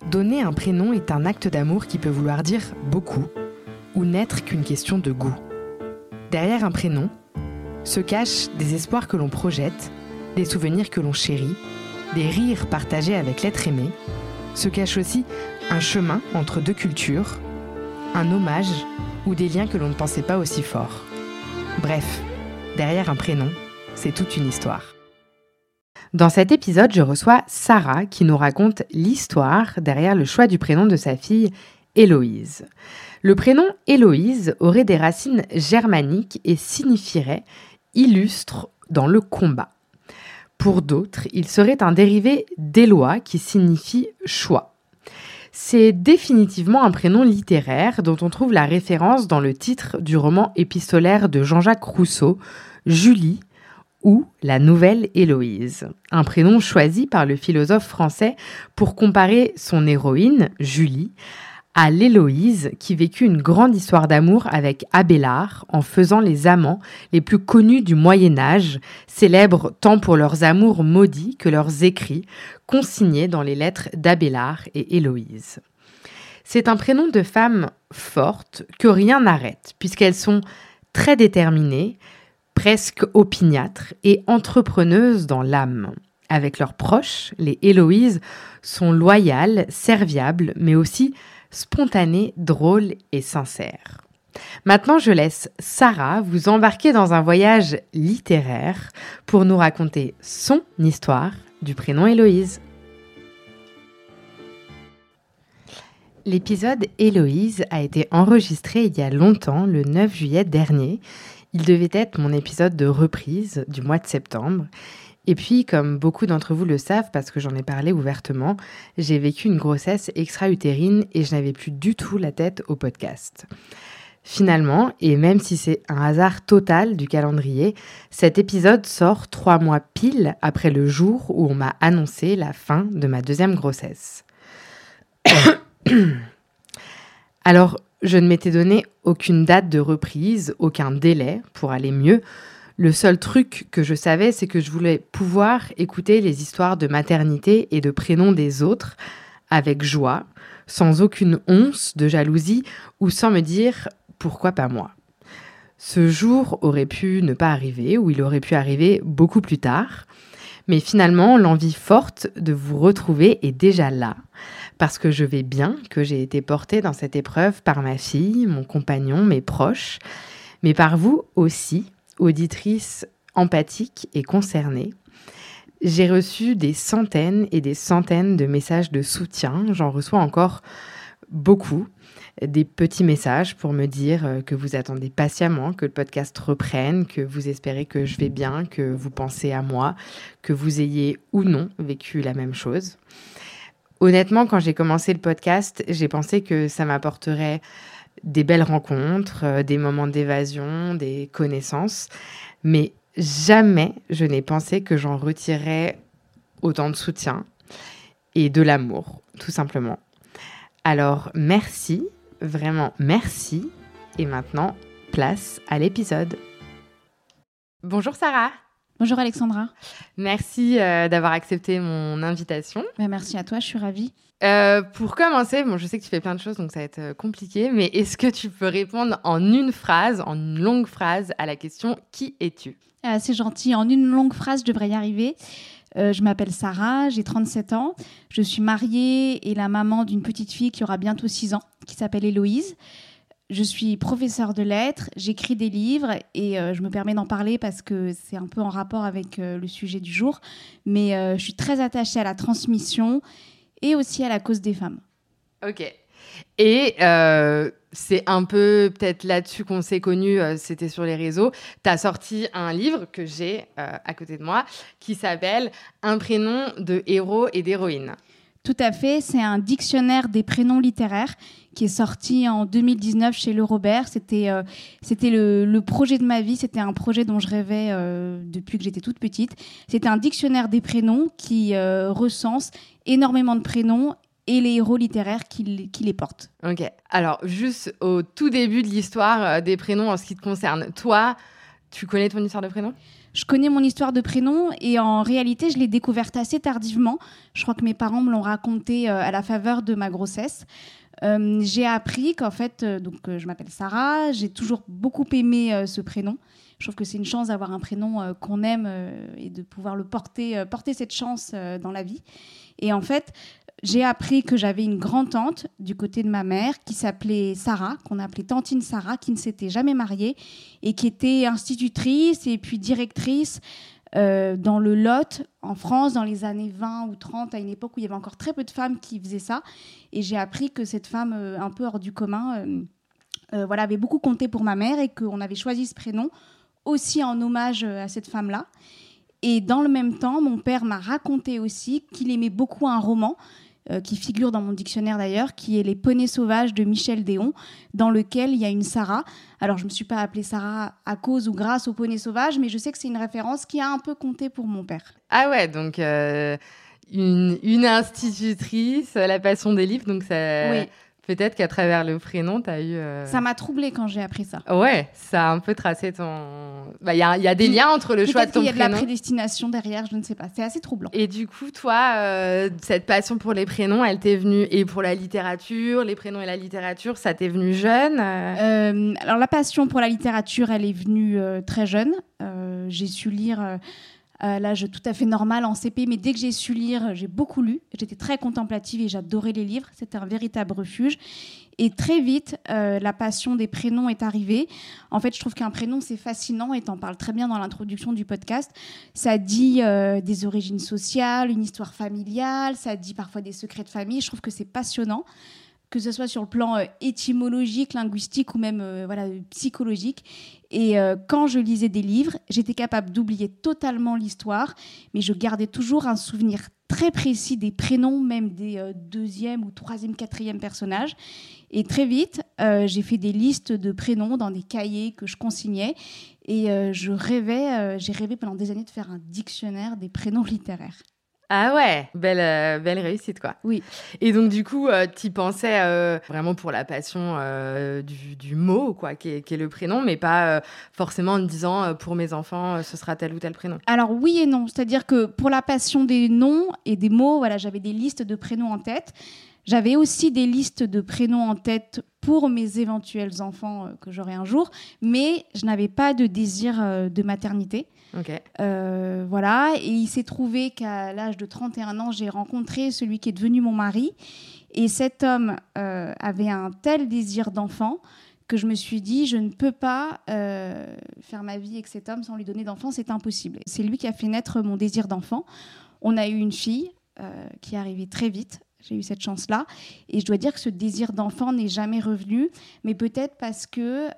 Donner un prénom est un acte d'amour qui peut vouloir dire beaucoup ou n'être qu'une question de goût. Derrière un prénom se cachent des espoirs que l'on projette, des souvenirs que l'on chérit, des rires partagés avec l'être aimé. Se cache aussi un chemin entre deux cultures, un hommage ou des liens que l'on ne pensait pas aussi forts. Bref, derrière un prénom, c'est toute une histoire. Dans cet épisode, je reçois Sarah qui nous raconte l'histoire derrière le choix du prénom de sa fille Héloïse. Le prénom Héloïse aurait des racines germaniques et signifierait « illustre dans le combat ». Pour d'autres, il serait un dérivé d'Éloi qui signifie « choix ». C'est définitivement un prénom littéraire dont on trouve la référence dans le titre du roman épistolaire de Jean-Jacques Rousseau, Julie, ou la nouvelle Héloïse, un prénom choisi par le philosophe français pour comparer son héroïne, Julie, à l'Héloïse qui vécut une grande histoire d'amour avec Abélard en faisant les amants les plus connus du Moyen-Âge, célèbres tant pour leurs amours maudits que leurs écrits, consignés dans les lettres d'Abélard et Héloïse. C'est un prénom de femme forte que rien n'arrête, puisqu'elles sont très déterminées, presque opiniâtres et entrepreneuses dans l'âme. Avec leurs proches, les Héloïses sont loyales, serviables, mais aussi spontanées, drôles et sincères. Maintenant, je laisse Sarah vous embarquer dans un voyage littéraire pour nous raconter son histoire du prénom Héloïse. L'épisode Héloïse a été enregistré il y a longtemps, le 9 juillet dernier. Il devait être mon épisode de reprise du mois de septembre. Et puis, comme beaucoup d'entre vous le savent, parce que j'en ai parlé ouvertement, j'ai vécu une grossesse extra-utérine et je n'avais plus du tout la tête au podcast. Finalement, et même si c'est un hasard total du calendrier, cet épisode sort 3 mois pile après le jour où on m'a annoncé la fin de ma deuxième grossesse. Alors, je ne m'étais donné aucune date de reprise, aucun délai pour aller mieux. Le seul truc que je savais, c'est que je voulais pouvoir écouter les histoires de maternité et de prénoms des autres avec joie, sans aucune once de jalousie ou sans me dire « pourquoi pas moi ?» Ce jour aurait pu ne pas arriver ou il aurait pu arriver beaucoup plus tard. Mais finalement, l'envie forte de vous retrouver est déjà là. Parce que je vais bien, que j'ai été portée dans cette épreuve par ma fille, mon compagnon, mes proches, mais par vous aussi, auditrices empathiques et concernées. J'ai reçu des centaines et des centaines de messages de soutien, j'en reçois encore beaucoup, des petits messages pour me dire que vous attendez patiemment que le podcast reprenne, que vous espérez que je vais bien, que vous pensez à moi, que vous ayez ou non vécu la même chose. Honnêtement, quand j'ai commencé le podcast, j'ai pensé que ça m'apporterait des belles rencontres, des moments d'évasion, des connaissances, mais jamais je n'ai pensé que j'en retirerais autant de soutien et de l'amour, tout simplement. Alors, merci, vraiment merci, et maintenant, place à l'épisode. Bonjour Sarah. Bonjour Alexandra. Merci d'avoir accepté mon invitation. Merci à toi, je suis ravie. Pour commencer, je sais que tu fais plein de choses, donc ça va être compliqué, mais est-ce que tu peux répondre en une phrase, en une longue phrase à la question « Qui es-tu » C'est gentil, en une longue phrase, je devrais y arriver. Je m'appelle Sarah, j'ai 37 ans. Je suis mariée et la maman d'une petite fille qui aura bientôt 6 ans, qui s'appelle Héloïse. Je suis professeure de lettres, j'écris des livres et je me permets d'en parler parce que c'est un peu en rapport avec le sujet du jour. Mais je suis très attachée à la transmission et aussi à la cause des femmes. Ok. Et c'est un peu peut-être là-dessus qu'on s'est connus, c'était sur les réseaux. Tu as sorti un livre que j'ai à côté de moi qui s'appelle « Un prénom de héros et d'héroïnes ». Tout à fait, c'est un dictionnaire des prénoms littéraires qui est sorti en 2019 chez Le Robert. C'était le projet de ma vie, c'était un projet dont je rêvais depuis que j'étais toute petite. C'était un dictionnaire des prénoms qui recense énormément de prénoms et les héros littéraires qui les portent. Ok, alors juste au tout début de l'histoire des prénoms en ce qui te concerne, toi, Tu connais ton histoire de prénom ? Je connais mon histoire de prénom et en réalité, je l'ai découverte assez tardivement. Je crois que mes parents me l'ont raconté à la faveur de ma grossesse. J'ai appris qu'en fait, je m'appelle Sarah, j'ai toujours beaucoup aimé ce prénom. Je trouve que c'est une chance d'avoir un prénom qu'on aime et de pouvoir le porter cette chance dans la vie. Et en fait, j'ai appris que j'avais une grand-tante du côté de ma mère qui s'appelait Sarah, qu'on appelait Tantine Sarah, qui ne s'était jamais mariée et qui était institutrice et puis directrice dans le Lot, en France, dans les années 20 ou 30, à une époque où il y avait encore très peu de femmes qui faisaient ça. Et j'ai appris que cette femme, un peu hors du commun, avait beaucoup compté pour ma mère et qu'on avait choisi ce prénom aussi en hommage à cette femme-là. Et dans le même temps, mon père m'a raconté aussi qu'il aimait beaucoup un roman qui figure dans mon dictionnaire d'ailleurs, qui est Les Poneys sauvages de Michel Déon, dans lequel il y a une Sarah. Alors, je ne me suis pas appelée Sarah à cause ou grâce aux poneys sauvages, mais je sais que c'est une référence qui a un peu compté pour mon père. Ah ouais, donc une institutrice, la passion des livres, donc ça... Oui. Peut-être qu'à travers le prénom, tu as eu... Ça m'a troublée quand j'ai appris ça. Ouais, ça a un peu tracé ton... Il y a des liens entre le choix de ton prénom. Peut-être qu'il y a de la prédestination derrière, je ne sais pas. C'est assez troublant. Et du coup, toi, cette passion pour les prénoms, elle t'est venue... Et pour la littérature, les prénoms et la littérature, ça t'est venu jeune Alors, la passion pour la littérature, elle est venue très jeune. J'ai su lire... à l'âge tout à fait normal en CP, mais dès que j'ai su lire, j'ai beaucoup lu. J'étais très contemplative et j'adorais les livres. C'était un véritable refuge. Et très vite, la passion des prénoms est arrivée. En fait, je trouve qu'un prénom, c'est fascinant et t'en parles très bien dans l'introduction du podcast. Ça dit des origines sociales, une histoire familiale, ça dit parfois des secrets de famille. Je trouve que c'est passionnant, que ce soit sur le plan étymologique, linguistique ou même psychologique. Et quand je lisais des livres, j'étais capable d'oublier totalement l'histoire, mais je gardais toujours un souvenir très précis des prénoms, même des deuxième ou troisième, quatrième personnages. Et très vite, j'ai fait des listes de prénoms dans des cahiers que je consignais. Et j'ai rêvé pendant des années de faire un dictionnaire des prénoms littéraires. Ah ouais, belle réussite, quoi. Oui. Et donc, du coup, t'y pensais vraiment pour la passion du mot, quoi, qui est le prénom, mais pas forcément en te disant, pour mes enfants, ce sera tel ou tel prénom. Alors, oui et non. C'est-à-dire que pour la passion des noms et des mots, j'avais des listes de prénoms en tête. J'avais aussi des listes de prénoms en tête pour mes éventuels enfants que j'aurai un jour, mais je n'avais pas de désir de maternité. Okay. Et il s'est trouvé qu'à l'âge de 31 ans, j'ai rencontré celui qui est devenu mon mari. Et cet homme avait un tel désir d'enfant que je me suis dit, je ne peux pas faire ma vie avec cet homme sans lui donner d'enfant, c'est impossible. C'est lui qui a fait naître mon désir d'enfant. On a eu une fille qui est arrivée très vite. J'ai eu cette chance-là. Et je dois dire que ce désir d'enfant n'est jamais revenu, mais peut-être parce que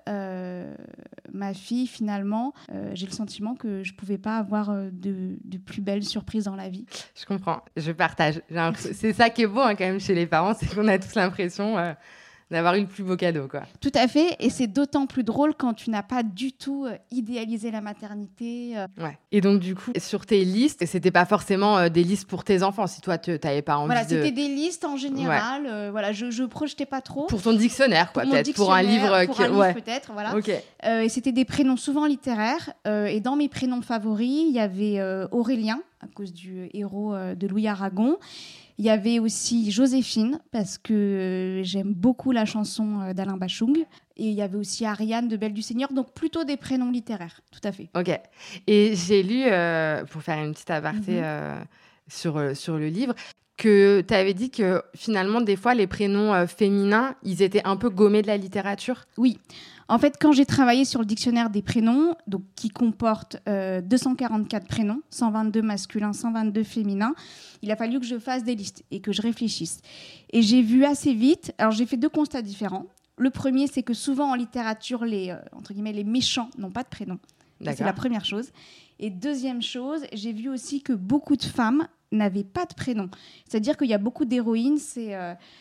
ma fille, finalement, j'ai le sentiment que je ne pouvais pas avoir de plus belles surprises dans la vie. Je comprends, je partage. C'est ça qui est beau quand même chez les parents, c'est qu'on a tous l'impression d'avoir eu le plus beau cadeau, quoi. Tout à fait, et c'est d'autant plus drôle quand tu n'as pas du tout idéalisé la maternité. Ouais. Et donc, du coup, sur tes listes, c'était pas forcément des listes pour tes enfants, si toi, t'avais pas envie c'était des listes en général. Ouais. Je projetais pas trop. Pour ton dictionnaire, quoi, peut-être. Pour un livre. Peut-être, voilà. Okay. Et c'était des prénoms souvent littéraires. Et dans mes prénoms favoris, il y avait Aurélien, à cause du héros de Louis Aragon. Il y avait aussi Joséphine, parce que j'aime beaucoup la chanson d'Alain Bachung. Et il y avait aussi Ariane de Belle du Seigneur, donc plutôt des prénoms littéraires, tout à fait. Ok. Et j'ai lu, pour faire une petite aparté sur le livre, que tu avais dit que finalement, des fois, les prénoms féminins, ils étaient un peu gommés de la littérature. Oui. En fait, quand j'ai travaillé sur le dictionnaire des prénoms, donc, qui comporte 244 prénoms, 122 masculins, 122 féminins, il a fallu que je fasse des listes et que je réfléchisse. Et j'ai vu assez vite, alors j'ai fait 2 constats différents. Le premier, c'est que souvent en littérature, entre guillemets, les méchants n'ont pas de prénom. C'est la première chose. Et deuxième chose, j'ai vu aussi que beaucoup de femmes n'avaient pas de prénom. C'est-à-dire qu'il y a beaucoup d'héroïnes, c'est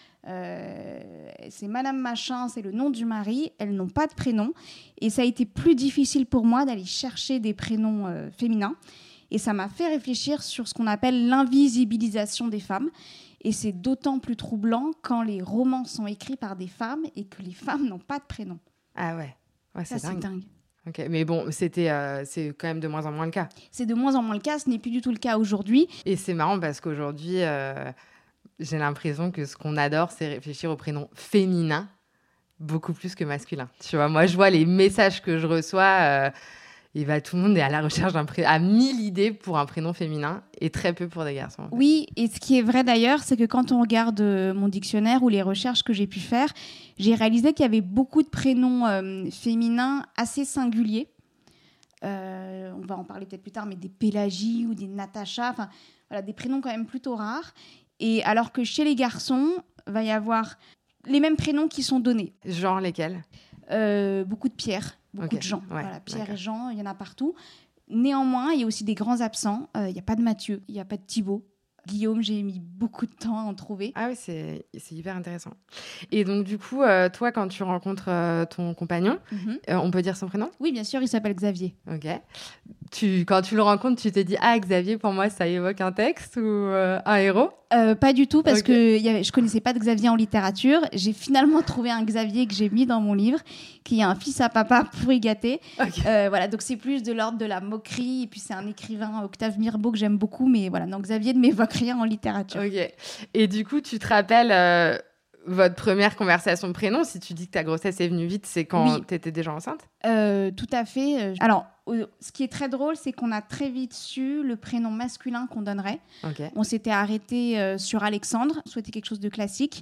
Madame Machin, c'est le nom du mari, elles n'ont pas de prénom. Et ça a été plus difficile pour moi d'aller chercher des prénoms féminins. Et ça m'a fait réfléchir sur ce qu'on appelle l'invisibilisation des femmes. Et c'est d'autant plus troublant quand les romans sont écrits par des femmes et que les femmes n'ont pas de prénom. Ah ouais, c'est dingue. Ok, mais bon, c'est quand même de moins en moins le cas. C'est de moins en moins le cas, ce n'est plus du tout le cas aujourd'hui. Et c'est marrant parce qu'aujourd'hui, j'ai l'impression que ce qu'on adore, c'est réfléchir au prénom féminin beaucoup plus que masculin. Tu vois, moi, je vois les messages que je reçois, tout le monde est à la recherche à 1000 idées pour un prénom féminin et très peu pour des garçons. En fait. Oui, et ce qui est vrai d'ailleurs, c'est que quand on regarde mon dictionnaire ou les recherches que j'ai pu faire, j'ai réalisé qu'il y avait beaucoup de prénoms féminins assez singuliers. On va en parler peut-être plus tard, mais des Pélagie ou des Natacha, enfin voilà, des prénoms quand même plutôt rares. Et alors que chez les garçons, va y avoir les mêmes prénoms qui sont donnés. Genre lesquels ? Beaucoup de Pierre, beaucoup de Jean. Ouais, voilà, Pierre et Jean, il y en a partout. Néanmoins, il y a aussi des grands absents. Il n'y a pas de Mathieu, il n'y a pas de Thibaut. Guillaume, j'ai mis beaucoup de temps à en trouver. Ah oui, c'est hyper intéressant. Et donc, du coup, toi, quand tu rencontres ton compagnon, on peut dire son prénom ? Oui, bien sûr, il s'appelle Xavier. Ok. Quand tu le rencontres, tu te dis « Ah, Xavier, pour moi, ça évoque un texte ou un héros ?» Pas du tout, parce que je connaissais pas de Xavier en littérature. J'ai finalement trouvé un Xavier que j'ai mis dans mon livre, qui est un fils à papa pourri gâté. Voilà, donc c'est plus de l'ordre de la moquerie. Et puis c'est un écrivain, Octave Mirbeau, que j'aime beaucoup. Mais voilà, non, Xavier ne m'évoque rien en littérature. Ok. Et du coup, tu te rappelles votre première conversation de prénom ? Si tu dis que ta grossesse est venue vite, c'est quand tu étais déjà enceinte ? Tout à fait. Alors, ce qui est très drôle, c'est qu'on a très vite su le prénom masculin qu'on donnerait. Okay. On s'était arrêté sur Alexandre, souhaitait quelque chose de classique.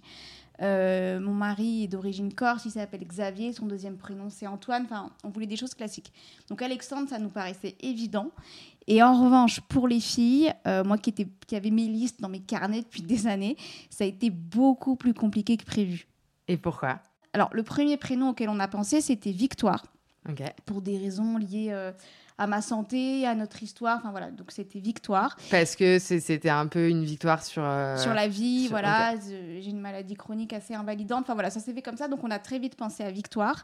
Mon mari est d'origine corse, il s'appelle Xavier, son deuxième prénom c'est Antoine. Enfin, on voulait des choses classiques. Donc Alexandre, ça nous paraissait évident. Et en revanche, pour les filles, moi qui avais mes listes dans mes carnets depuis des années, ça a été beaucoup plus compliqué que prévu. Et pourquoi ? Alors, le premier prénom auquel on a pensé, c'était Victoire. Okay. Pour des raisons liées à ma santé, à notre histoire. Enfin voilà, donc c'était Victoire. Parce que c'était un peu une victoire sur la vie, voilà. Okay. J'ai une maladie chronique assez invalidante. Enfin voilà, ça s'est fait comme ça. Donc on a très vite pensé à Victoire.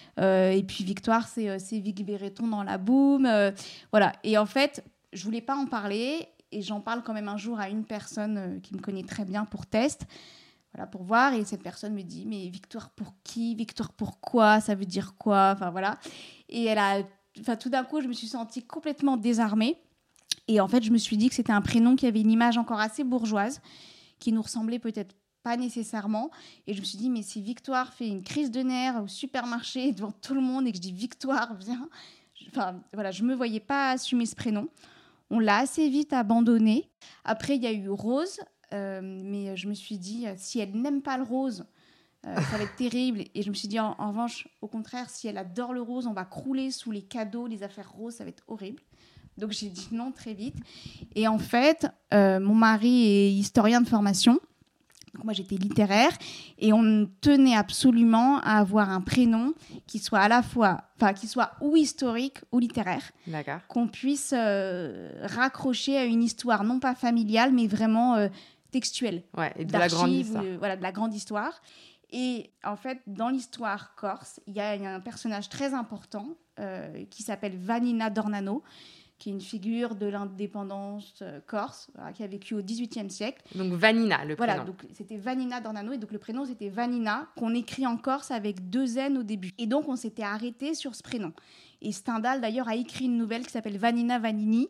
Et puis Victoire, c'est Vic Béreton dans La Boum. Voilà. Et en fait, je voulais pas en parler. Et j'en parle quand même un jour à une personne qui me connaît très bien pour test. Voilà, pour voir, et cette personne me dit « Mais Victoire pour qui ? Victoire pourquoi ? Ça veut dire quoi ?» Enfin, voilà. Et tout d'un coup, je me suis sentie complètement désarmée. Et en fait, je me suis dit que c'était un prénom qui avait une image encore assez bourgeoise, qui nous ressemblait peut-être pas nécessairement. Et je me suis dit « Mais si Victoire fait une crise de nerfs au supermarché devant tout le monde et que je dis « Victoire, viens !» Enfin, voilà, je me voyais pas assumer ce prénom. On l'a assez vite abandonné. Après, il y a eu Rose. Mais je me suis dit, si elle n'aime pas le rose, ça va être terrible. Et je me suis dit, en revanche, au contraire, si elle adore le rose, on va crouler sous les cadeaux, les affaires roses, ça va être horrible. Donc j'ai dit non très vite. Et en fait, mon mari est historien de formation. Donc moi, j'étais littéraire. Et on tenait absolument à avoir un prénom qui soit à la fois, qui soit ou historique ou littéraire. D'accord. Qu'on puisse raccrocher à une histoire, non pas familiale, mais vraiment textuelle. Ouais, et de la grande histoire. Voilà, de la grande histoire. Et en fait, dans l'histoire corse, il y a un personnage très important qui s'appelle Vanina Dornano, qui est une figure de l'indépendance corse, qui a vécu au XVIIIe siècle. Donc Vanina, le prénom. Voilà, donc c'était Vanina Dornano, et donc le prénom c'était Vanina, qu'on écrit en corse avec 2 N au début. Et donc on s'était arrêté sur ce prénom. Et Stendhal d'ailleurs a écrit une nouvelle qui s'appelle Vanina Vanini,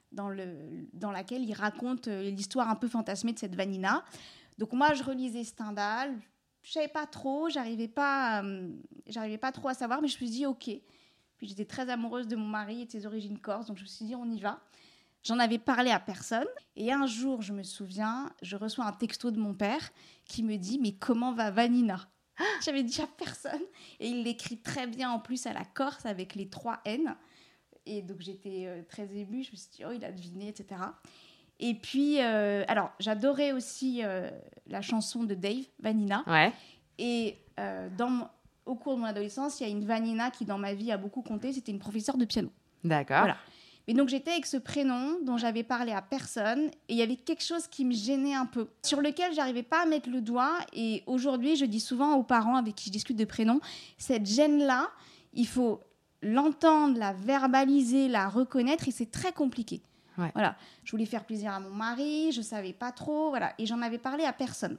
dans laquelle il raconte l'histoire un peu fantasmée de cette Vanina. Donc moi je relisais Stendhal, je savais pas trop, j'arrivais pas trop à savoir, mais je me suis dit ok. Puis j'étais très amoureuse de mon mari et de ses origines corses, donc je me suis dit on y va. J'en avais parlé à personne, et un jour, je me souviens, je reçois un texto de mon père qui me dit « Mais comment va Vanina ?» J'avais dit à personne, et il l'écrit très bien en plus à la Corse avec les 3 N. Et donc j'étais très émue, je me suis dit « Oh, il a deviné, etc. » Et puis, alors, j'adorais aussi la chanson de Dave, Vanina. Ouais. Et au cours de mon adolescence, il y a une Vanina qui, dans ma vie, a beaucoup compté. C'était une professeure de piano. D'accord. Voilà. Et donc, j'étais avec ce prénom dont j'avais parlé à personne. Et il y avait quelque chose qui me gênait un peu, sur lequel je n'arrivais pas à mettre le doigt. Et aujourd'hui, je dis souvent aux parents avec qui je discute de prénoms, cette gêne-là, il faut l'entendre, la verbaliser, la reconnaître. Et c'est très compliqué. Ouais. Voilà. Je voulais faire plaisir à mon mari. Je ne savais pas trop. Voilà. Et j'en avais parlé à personne.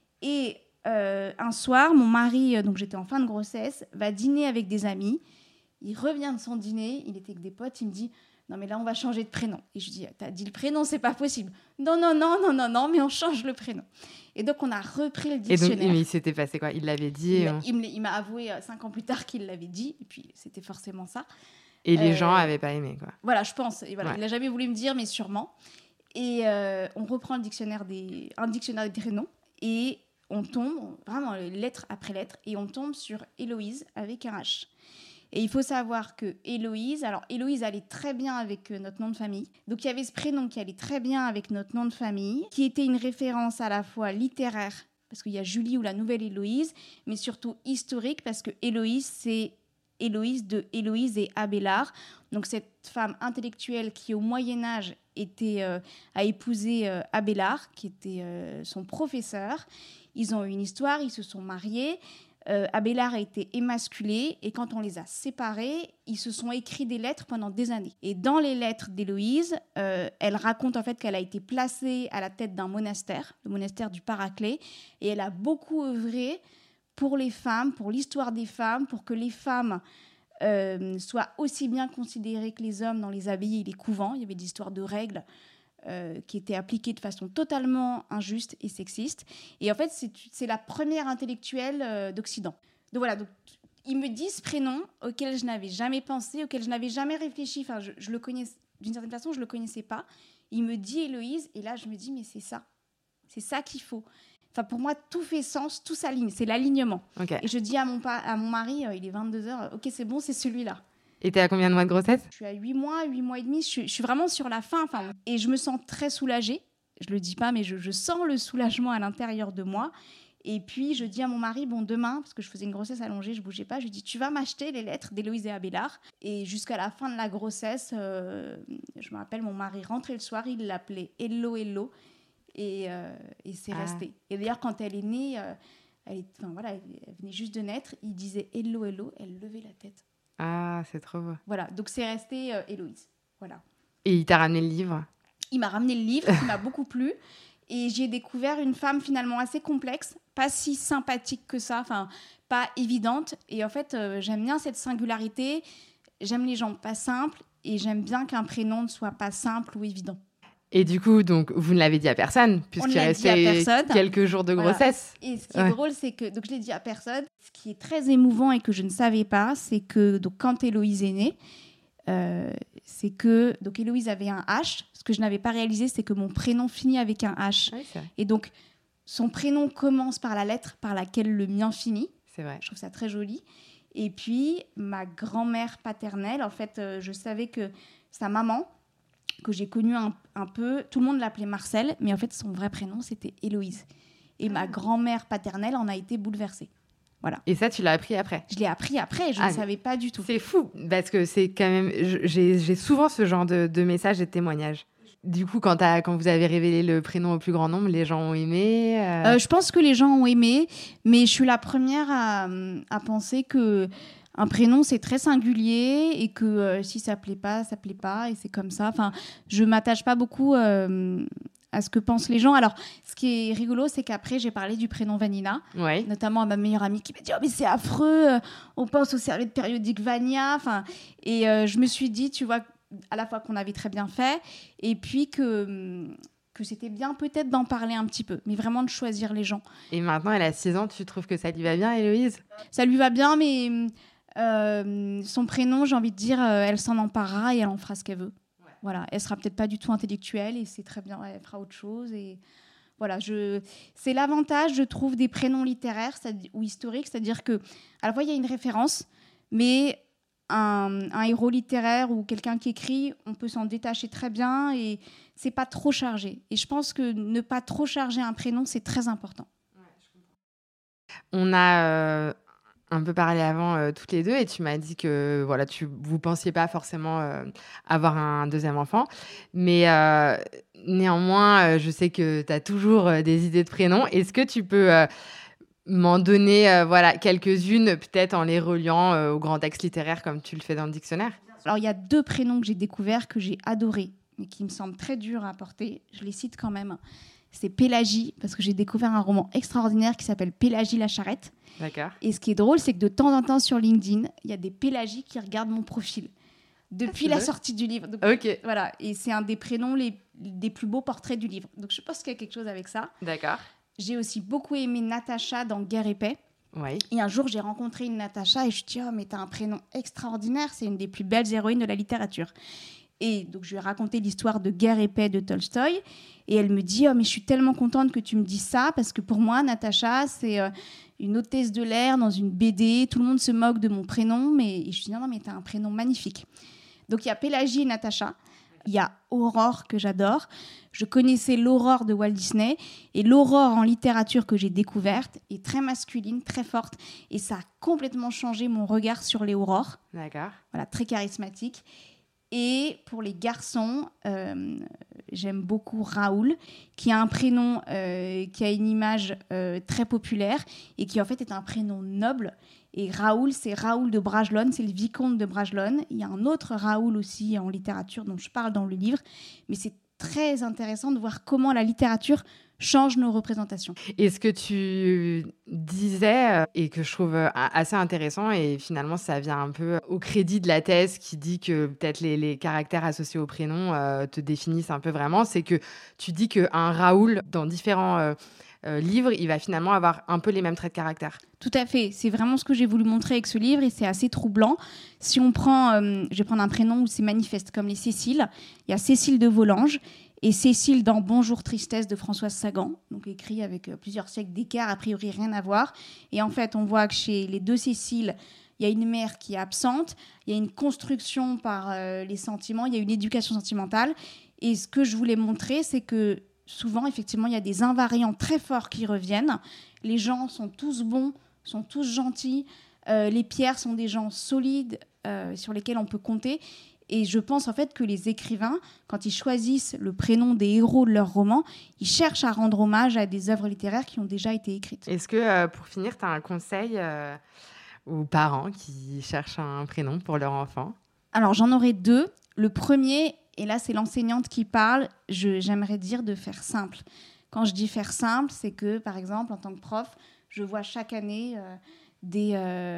Et un soir, mon mari, donc j'étais en fin de grossesse, va dîner avec des amis. Il revient de son dîner, il était avec des potes, il me dit « Non, mais là, on va changer de prénom. » Et je dis « T'as dit le prénom, c'est pas possible. » « Non, mais on change le prénom. » Et donc, on a repris le dictionnaire. Et donc, il s'était passé quoi? Il l'avait dit il m'a avoué 5 ans plus tard qu'il l'avait dit, et puis c'était forcément ça. Et les gens n'avaient pas aimé, quoi. Voilà, je pense. Et voilà, ouais. Il n'a jamais voulu me dire, mais sûrement. Et on reprend un dictionnaire des prénoms, et on tombe, vraiment lettre après lettre, et on tombe sur Héloïse avec un H. Et il faut savoir que Héloïse allait très bien avec notre nom de famille. Donc il y avait ce prénom qui allait très bien avec notre nom de famille, qui était une référence à la fois littéraire, parce qu'il y a Julie ou la nouvelle Héloïse, mais surtout historique, parce que Héloïse, c'est Héloïse de Héloïse et Abélard. Donc cette femme intellectuelle qui au Moyen-Âge a épousé Abélard, qui était son professeur. Ils ont eu une histoire, ils se sont mariés. Abélard a été émasculé et quand on les a séparés, ils se sont écrits des lettres pendant des années. Et dans les lettres d'Héloïse, elle raconte en fait qu'elle a été placée à la tête d'un monastère, le monastère du Paraclet, et elle a beaucoup œuvré pour les femmes, pour l'histoire des femmes, pour que les femmes soient aussi bien considérées que les hommes dans les abbayes et les couvents. Il y avait des histoires de règles qui étaient appliquées de façon totalement injuste et sexiste. Et en fait, c'est la première intellectuelle d'Occident. Donc voilà, il me dit ce prénom auquel je n'avais jamais pensé, auquel je n'avais jamais réfléchi. Enfin, je le connais, d'une certaine façon, je ne le connaissais pas. Il me dit Héloïse, et là, je me dis, mais c'est ça qu'il faut. Enfin, pour moi, tout fait sens, tout s'aligne, c'est l'alignement. Okay. Et je dis à mon mari, il est 22h, ok, c'est bon, c'est celui-là. Et t'es à combien de mois de grossesse? Je suis à 8 mois et demi, je suis vraiment sur la fin. Et je me sens très soulagée, je le dis pas, mais je sens le soulagement à l'intérieur de moi. Et puis, je dis à mon mari, bon, demain, parce que je faisais une grossesse allongée, je bougeais pas, je lui dis, tu vas m'acheter les lettres d'Héloïse et Abélard. Et jusqu'à la fin de la grossesse, je me rappelle, mon mari rentrait le soir, il l'appelait Hello, Hello. Et c'est resté. Et d'ailleurs, quand elle est née, elle venait juste de naître, il disait Hello, Hello, elle levait la tête. Ah, c'est trop beau. Voilà, donc c'est resté Héloïse. Voilà. Et il t'a ramené le livre? Il m'a ramené le livre, qui m'a beaucoup plu. Et j'ai découvert une femme finalement assez complexe, pas si sympathique que ça, enfin, pas évidente. Et en fait, j'aime bien cette singularité, j'aime les gens pas simples, et j'aime bien qu'un prénom ne soit pas simple ou évident. Et du coup, donc, vous ne l'avez dit à personne, puisqu'il restait quelques jours de grossesse. Voilà. Et ce qui est drôle, c'est que donc, je l'ai dit à personne. Ce qui est très émouvant et que je ne savais pas, c'est que donc, quand Héloïse est née, c'est que donc, Héloïse avait un H. Ce que je n'avais pas réalisé, c'est que mon prénom finit avec un H. Oui, c'est vrai. Et donc, son prénom commence par la lettre par laquelle le mien finit. C'est vrai. Je trouve ça très joli. Et puis, ma grand-mère paternelle, en fait, je savais que sa maman, que j'ai connue un peu, tout le monde l'appelait Marcel, mais en fait, son vrai prénom, c'était Héloïse. Et ma grand-mère paternelle en a été bouleversée. Voilà. Et ça, tu l'as appris après? Je l'ai appris après, je ne savais pas du tout. C'est fou, parce que c'est quand même... J'ai souvent ce genre de messages et de témoignages. Du coup, quand vous avez révélé le prénom au plus grand nombre, les gens ont aimé Je pense que les gens ont aimé, mais je suis la première à penser que un prénom, c'est très singulier et que si ça plaît pas, et c'est comme ça. Enfin, je m'attache pas beaucoup à ce que pensent les gens. Alors, ce qui est rigolo, c'est qu'après, j'ai parlé du prénom Vanina, notamment à ma meilleure amie qui m'a dit « Oh, mais c'est affreux, on pense aux serviettes périodiques Vania. » Et je me suis dit, tu vois, à la fois qu'on avait très bien fait et puis que c'était bien peut-être d'en parler un petit peu, mais vraiment de choisir les gens. Et maintenant, elle a 6 ans, tu trouves que ça lui va bien, Héloïse? Ça lui va bien, mais... son prénom, j'ai envie de dire, elle s'en emparera et elle en fera ce qu'elle veut. Ouais. Voilà, elle sera peut-être pas du tout intellectuelle et c'est très bien, elle fera autre chose. Et voilà, c'est l'avantage, je trouve, des prénoms littéraires ou historiques, c'est-à-dire que à la fois il y a une référence, mais un héros littéraire ou quelqu'un qui écrit, on peut s'en détacher très bien et c'est pas trop chargé. Et je pense que ne pas trop charger un prénom, c'est très important. Ouais, je comprends. On a un peu parlé avant toutes les deux et tu m'as dit que voilà, vous pensiez pas forcément avoir un deuxième enfant, mais néanmoins, je sais que tu as toujours des idées de prénoms. Est-ce que tu peux m'en donner quelques-unes, peut-être en les reliant au grand texte littéraire comme tu le fais dans le dictionnaire? Alors, il y a 2 prénoms que j'ai découverts, que j'ai adorés, mais qui me semblent très durs à porter. Je les cite quand même. c'est Pélagie, parce que j'ai découvert un roman extraordinaire qui s'appelle Pélagie la charrette. D'accord. Et ce qui est drôle, c'est que de temps en temps sur LinkedIn, il y a des Pélagies qui regardent mon profil depuis la sortie du livre. Donc, ok. Voilà, et c'est un des prénoms des plus beaux portraits du livre. Donc je pense qu'il y a quelque chose avec ça. D'accord. J'ai aussi beaucoup aimé Natacha dans Guerre et paix. Oui. Et un jour, j'ai rencontré une Natacha et je me dis « Oh, mais t'as un prénom extraordinaire, c'est une des plus belles héroïnes de la littérature. » Et donc, je lui ai raconté l'histoire de Guerre et paix de Tolstoï. Et elle me dit « Oh, mais je suis tellement contente que tu me dises ça, parce que pour moi, Natacha, c'est une hôtesse de l'air dans une BD. Tout le monde se moque de mon prénom. » Et je dis « Non, mais t'as un prénom magnifique. » Donc, il y a Pélagie et Natacha. Il y a Aurore, que j'adore. Je connaissais l'Aurore de Walt Disney. Et l'Aurore en littérature que j'ai découverte est très masculine, très forte. Et ça a complètement changé mon regard sur les aurores. D'accord. Voilà, très charismatique. Et pour les garçons, j'aime beaucoup Raoul, qui a un prénom qui a une image très populaire et qui en fait est un prénom noble. Et Raoul, c'est Raoul de Bragelonne, c'est le vicomte de Bragelonne. Il y a un autre Raoul aussi en littérature dont je parle dans le livre. Mais c'est très intéressant de voir comment la littérature change nos représentations. Et ce que tu disais, et que je trouve assez intéressant, et finalement ça vient un peu au crédit de la thèse qui dit que peut-être les caractères associés au prénom te définissent un peu vraiment, c'est que tu dis qu'un Raoul, dans différents livres, il va finalement avoir un peu les mêmes traits de caractère. Tout à fait, c'est vraiment ce que j'ai voulu montrer avec ce livre et c'est assez troublant. Si on prend, je vais prendre un prénom où c'est manifeste, comme les Cécile, il y a Cécile de Volanges, et Cécile dans Bonjour Tristesse de Françoise Sagan, donc écrit avec plusieurs siècles d'écart, a priori rien à voir. Et en fait, on voit que chez les deux Cécile, il y a une mère qui est absente, il y a une construction par les sentiments, il y a une éducation sentimentale. Et ce que je voulais montrer, c'est que souvent, effectivement, il y a des invariants très forts qui reviennent. Les gens sont tous bons, sont tous gentils. Les Pierres sont des gens solides sur lesquels on peut compter. Et je pense en fait que les écrivains, quand ils choisissent le prénom des héros de leurs romans, ils cherchent à rendre hommage à des œuvres littéraires qui ont déjà été écrites. Est-ce que, pour finir, tu as un conseil aux parents qui cherchent un prénom pour leur enfant ? Alors, j'en aurais deux. Le premier, et là, c'est l'enseignante qui parle, j'aimerais dire de faire simple. Quand je dis faire simple, c'est que, par exemple, en tant que prof, je vois chaque année des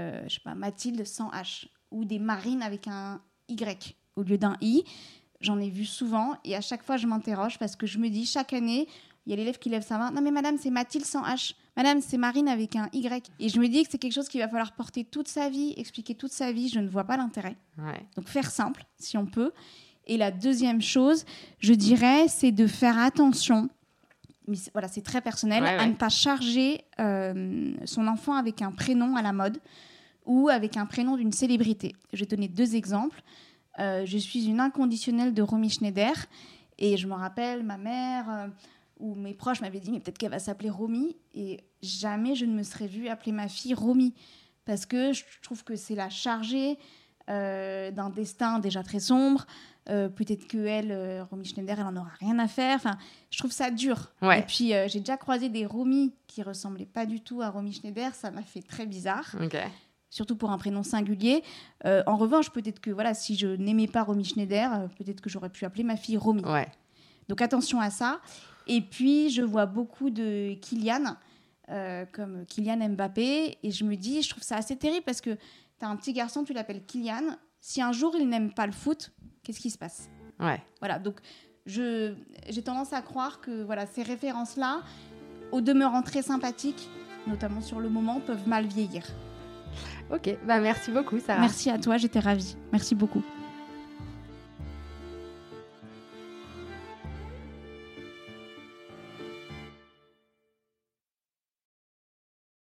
Mathilde sans H ou des Marine avec un Y au lieu d'un I. J'en ai vu souvent et à chaque fois, je m'interroge parce que je me dis, chaque année, il y a l'élève qui lève sa main. Non, mais madame, c'est Mathilde sans H. Madame, c'est Marine avec un Y. Et je me dis que c'est quelque chose qu'il va falloir porter toute sa vie, expliquer toute sa vie. Je ne vois pas l'intérêt. Ouais. Donc, faire simple, si on peut. Et la deuxième chose, je dirais, c'est de faire attention, mais voilà, c'est très personnel, à ne pas charger son enfant avec un prénom à la mode ou avec un prénom d'une célébrité. Je vais donner deux exemples. Je suis une inconditionnelle de Romy Schneider et je me rappelle, ma mère ou mes proches m'avaient dit mais peut-être qu'elle va s'appeler Romy et jamais je ne me serais vue appeler ma fille Romy parce que je trouve que c'est la chargée d'un destin déjà très sombre. Peut-être qu'elle, Romy Schneider, elle en aura rien à faire. Enfin, je trouve ça dur. Ouais. Et puis, j'ai déjà croisé des Romy qui ressemblaient pas du tout à Romy Schneider. Ça m'a fait très bizarre. Okay. Surtout pour un prénom singulier. En revanche, peut-être que voilà, si je n'aimais pas Romy Schneider, peut-être que j'aurais pu appeler ma fille Romy. Ouais. Donc attention à ça. Et puis, je vois beaucoup de Kylian, comme Kylian Mbappé. Et je me dis, je trouve ça assez terrible parce que tu as un petit garçon, tu l'appelles Kylian. Si un jour, il n'aime pas le foot, qu'est-ce qui se passe ? Ouais. Voilà, donc j'ai tendance à croire que voilà, ces références-là, au demeurant très sympathiques, notamment sur le moment, peuvent mal vieillir. Ok, bah merci beaucoup Sarah. Merci à toi, j'étais ravie. Merci beaucoup.